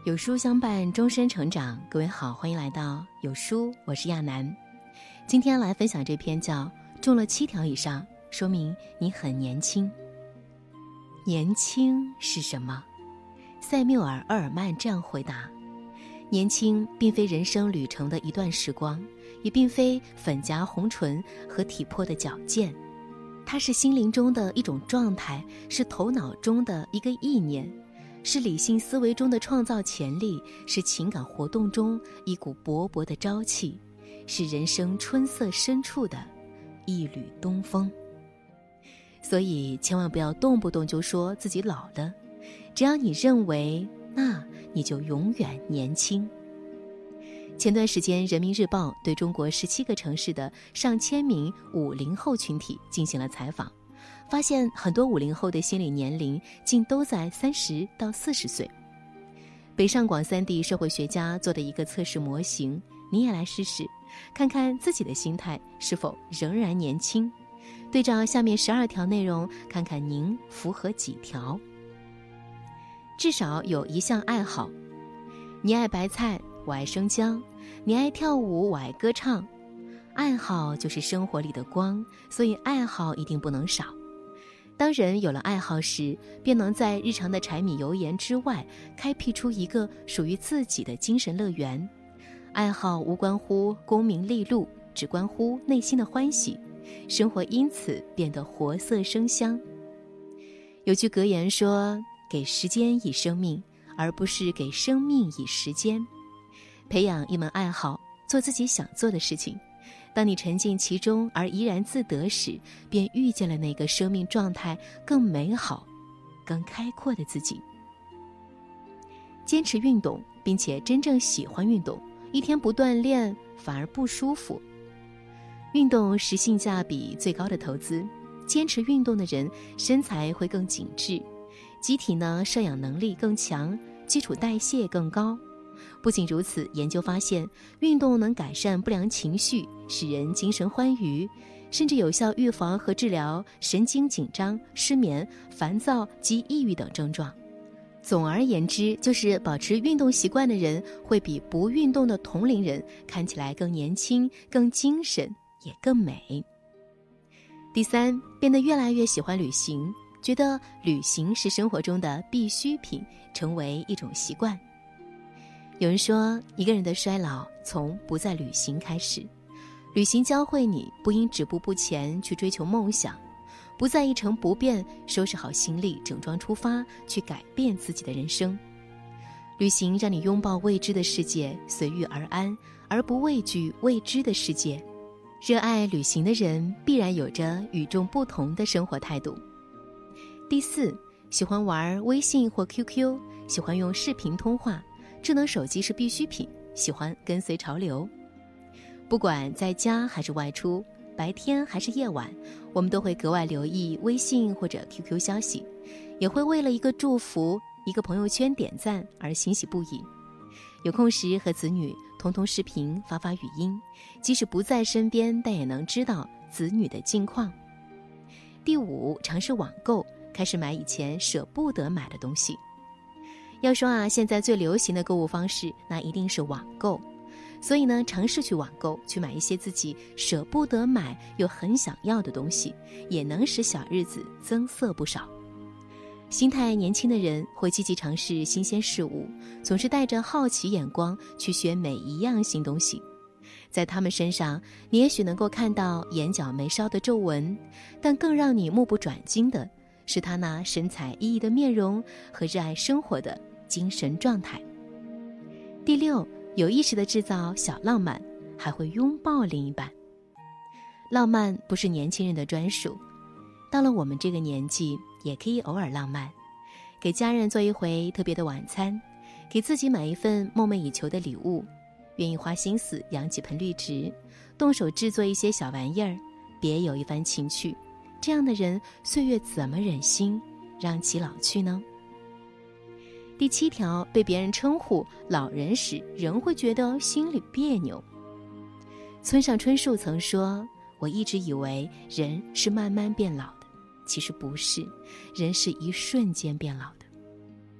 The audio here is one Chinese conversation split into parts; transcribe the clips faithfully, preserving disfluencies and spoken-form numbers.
有书相伴，终身成长。各位好，欢迎来到有书，我是亚楠。今天来分享这篇叫中了七条以上，说明你很年轻。年轻是什么？塞缪尔·厄尔曼这样回答：年轻并非人生旅程的一段时光，也并非粉颊红唇和体魄的矫健，它是心灵中的一种状态，是头脑中的一个意念，是理性思维中的创造潜力，是情感活动中一股勃勃的朝气，是人生春色深处的一缕东风。所以千万不要动不动就说自己老了，只要你认为，那你就永远年轻。前段时间人民日报对中国十七个城市的上千名五零后群体进行了采访，发现很多五零后的心理年龄竟都在三十到四十岁。北上广三地社会学家做的一个测试模型，你也来试试，看看自己的心态是否仍然年轻。对照下面十二条内容，看看您符合几条。至少有一项爱好，你爱白菜，我爱生姜；你爱跳舞，我爱歌唱。爱好就是生活里的光，所以爱好一定不能少。当人有了爱好时，便能在日常的柴米油盐之外，开辟出一个属于自己的精神乐园。爱好无关乎功名利禄，只关乎内心的欢喜，生活因此变得活色生香。有句格言说，给时间以生命，而不是给生命以时间。培养一门爱好，做自己想做的事情，当你沉浸其中而怡然自得时，便遇见了那个生命状态更美好、更开阔的自己。坚持运动，并且真正喜欢运动，一天不锻炼反而不舒服。运动是性价比最高的投资，坚持运动的人身材会更紧致，机体呢摄氧能力更强，基础代谢更高。不仅如此，研究发现，运动能改善不良情绪，使人精神欢愉，甚至有效预防和治疗神经紧张、失眠、烦躁及抑郁等症状。总而言之，就是保持运动习惯的人会比不运动的同龄人看起来更年轻、更精神，也更美。第三，变得越来越喜欢旅行，觉得旅行是生活中的必需品，成为一种习惯。有人说，一个人的衰老从不再旅行开始。旅行教会你不应止步不前去追求梦想，不再一成不变，收拾好行李整装出发，去改变自己的人生。旅行让你拥抱未知的世界，随遇而安，而不畏惧未知的世界。热爱旅行的人必然有着与众不同的生活态度。第四，喜欢玩微信或 Q Q， 喜欢用视频通话，智能手机是必需品，喜欢跟随潮流。不管在家还是外出，白天还是夜晚，我们都会格外留意微信或者 Q Q 消息，也会为了一个祝福、一个朋友圈点赞而欣喜不已。有空时和子女通通视频，发发语音，即使不在身边，但也能知道子女的近况。第五，尝试网购，开始买以前舍不得买的东西。要说啊，现在最流行的购物方式，那一定是网购。所以呢，尝试去网购，去买一些自己舍不得买又很想要的东西，也能使小日子增色不少。心态年轻的人会积极尝试新鲜事物，总是带着好奇眼光去学每一样新东西。在他们身上，你也许能够看到眼角眉梢的皱纹，但更让你目不转睛的是他那神采奕奕的面容和热爱生活的精神状态。第六，有意识地制造小浪漫，还会拥抱另一半。浪漫不是年轻人的专属，到了我们这个年纪，也可以偶尔浪漫，给家人做一回特别的晚餐，给自己买一份梦寐以求的礼物，愿意花心思养几盆绿植，动手制作一些小玩意儿，别有一番情趣。这样的人，岁月怎么忍心让其老去呢？第七条，被别人称呼老人时，仍会觉得心里别扭。村上春树曾说，我一直以为人是慢慢变老的，其实不是，人是一瞬间变老的。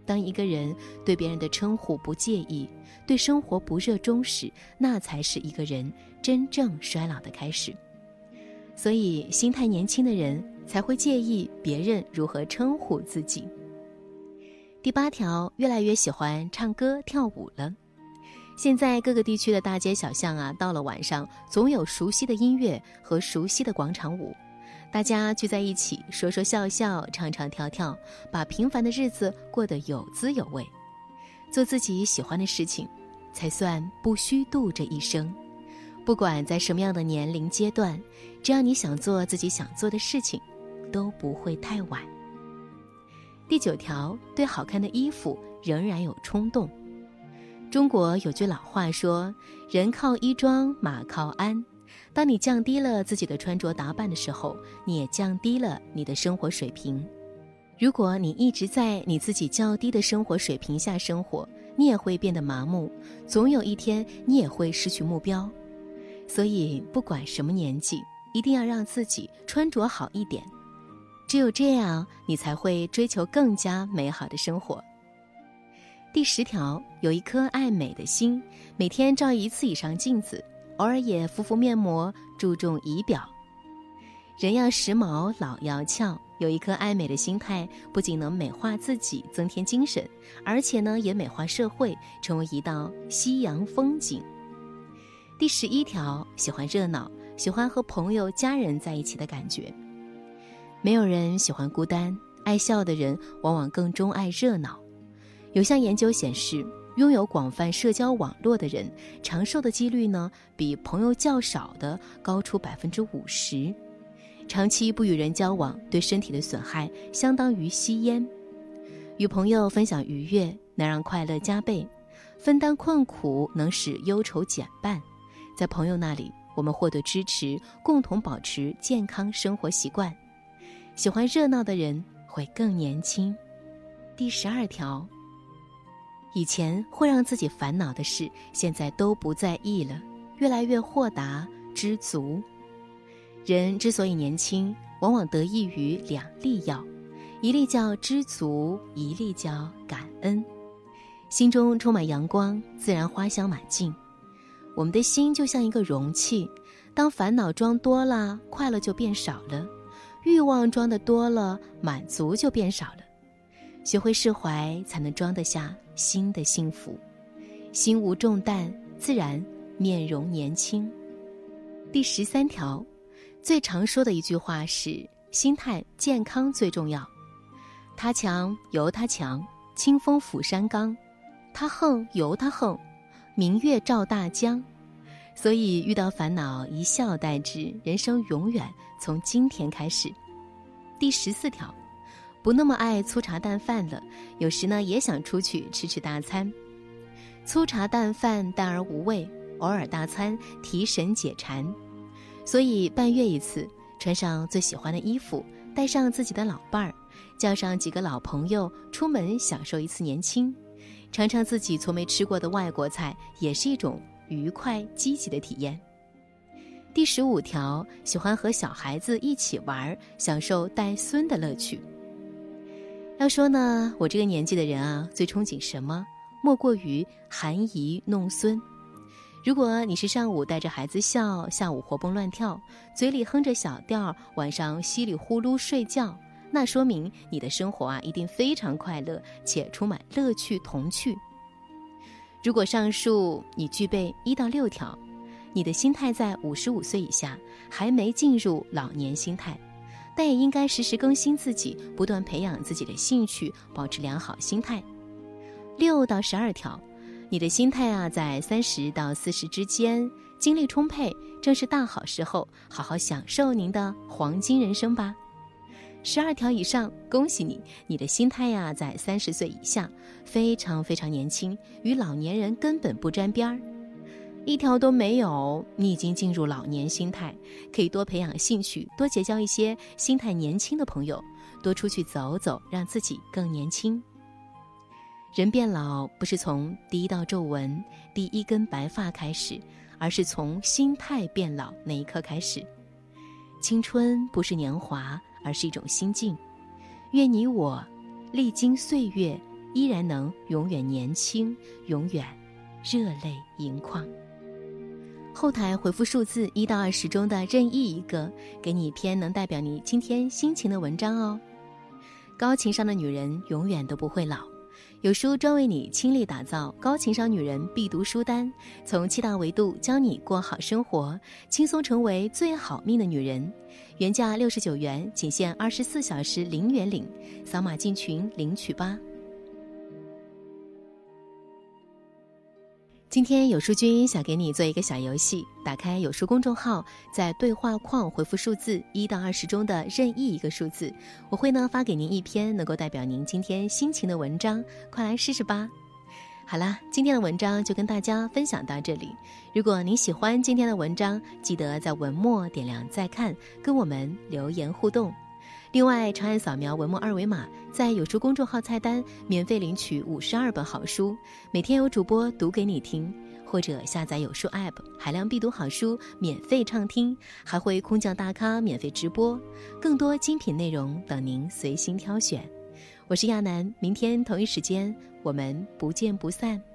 当一个人对别人的称呼不介意，对生活不热衷时，那才是一个人真正衰老的开始。所以心态年轻的人才会介意别人如何称呼自己。第八条，越来越喜欢唱歌跳舞了。现在各个地区的大街小巷啊，到了晚上总有熟悉的音乐和熟悉的广场舞，大家聚在一起说说笑笑，唱唱跳跳，把平凡的日子过得有滋有味。做自己喜欢的事情，才算不虚度这一生。不管在什么样的年龄阶段，只要你想做自己想做的事情，都不会太晚。第九条，对好看的衣服仍然有冲动。中国有句老话说，人靠衣装，马靠鞍。当你降低了自己的穿着打扮的时候，你也降低了你的生活水平。如果你一直在你自己较低的生活水平下生活，你也会变得麻木，总有一天你也会失去目标。所以不管什么年纪，一定要让自己穿着好一点，只有这样，你才会追求更加美好的生活。第十条，有一颗爱美的心，每天照一次以上镜子，偶尔也敷敷面膜，注重仪表。人要时髦，老要俏，有一颗爱美的心态，不仅能美化自己，增添精神，而且呢，也美化社会，成为一道夕阳风景。第十一条，喜欢热闹，喜欢和朋友家人在一起的感觉。没有人喜欢孤单，爱笑的人往往更钟爱热闹。有项研究显示，拥有广泛社交网络的人，长寿的几率呢，比朋友较少的高出百分之五十。长期不与人交往，对身体的损害相当于吸烟。与朋友分享愉悦，能让快乐加倍；分担困苦，能使忧愁减半。在朋友那里，我们获得支持，共同保持健康生活习惯。喜欢热闹的人会更年轻。第十二条，以前会让自己烦恼的事，现在都不在意了，越来越豁达知足。人之所以年轻，往往得益于两粒药，一粒叫知足，一粒叫感恩。心中充满阳光，自然花香满径。我们的心就像一个容器，当烦恼装多了，快乐就变少了；欲望装得多了，满足就变少了。学会释怀，才能装得下心的幸福。心无重担，自然面容年轻。第十三条，最常说的一句话是，心态健康最重要。他强由他强，清风拂山岗；他横由他横，明月照大江。所以遇到烦恼，一笑代之，人生永远从今天开始。第十四条，不那么爱粗茶淡饭了，有时呢也想出去吃吃大餐。粗茶淡饭淡而无味，偶尔大餐提神解馋。所以半月一次，穿上最喜欢的衣服，带上自己的老伴儿，叫上几个老朋友，出门享受一次年轻。尝尝自己从没吃过的外国菜，也是一种愉快积极的体验。第十五条，喜欢和小孩子一起玩，享受带孙的乐趣。要说呢，我这个年纪的人啊，最憧憬什么？莫过于含饴弄孙。如果你是上午带着孩子笑，下午活蹦乱跳，嘴里哼着小调，晚上稀里呼噜睡觉，那说明你的生活啊，一定非常快乐，且充满乐趣童趣。如果上述你具备一到六条，你的心态在五十五岁以下，还没进入老年心态，但也应该时时更新自己，不断培养自己的兴趣，保持良好心态。六到十二条，你的心态啊，在三十到四十之间，精力充沛，正是大好时候，好好享受您的黄金人生吧。十二条以上，恭喜你，你的心态呀、啊，在三十岁以下，非常非常年轻，与老年人根本不沾边儿。一条都没有，你已经进入老年心态，可以多培养兴趣，多结交一些心态年轻的朋友，多出去走走，让自己更年轻。人变老不是从第一道皱纹、第一根白发开始，而是从心态变老那一刻开始。青春不是年华，而是一种心境。愿你我历经岁月， 依然能永远年轻，永远热泪盈眶。后台回复数字一到二十中的任意一个，给你一篇能代表你今天心情的文章哦。高情商的女人永远都不会老，有书专为你倾力打造高情商女人必读书单，从七大维度教你过好生活，轻松成为最好命的女人。原价六十九元，仅限二十四小时零元领，扫码进群领取吧。今天有书君想给你做一个小游戏，打开有书公众号，在对话框回复数字一到二十中的任意一个数字，我会呢发给您一篇能够代表您今天心情的文章，快来试试吧。好啦，今天的文章就跟大家分享到这里。如果您喜欢今天的文章，记得在文末点亮再看，跟我们留言互动。另外，长按扫描文末二维码，在有书公众号菜单免费领取五十二本好书，每天有主播读给你听，或者下载有书 App， 海量必读好书免费畅听，还会空降大咖免费直播，更多精品内容等您随心挑选。我是亚楠，明天同一时间我们不见不散。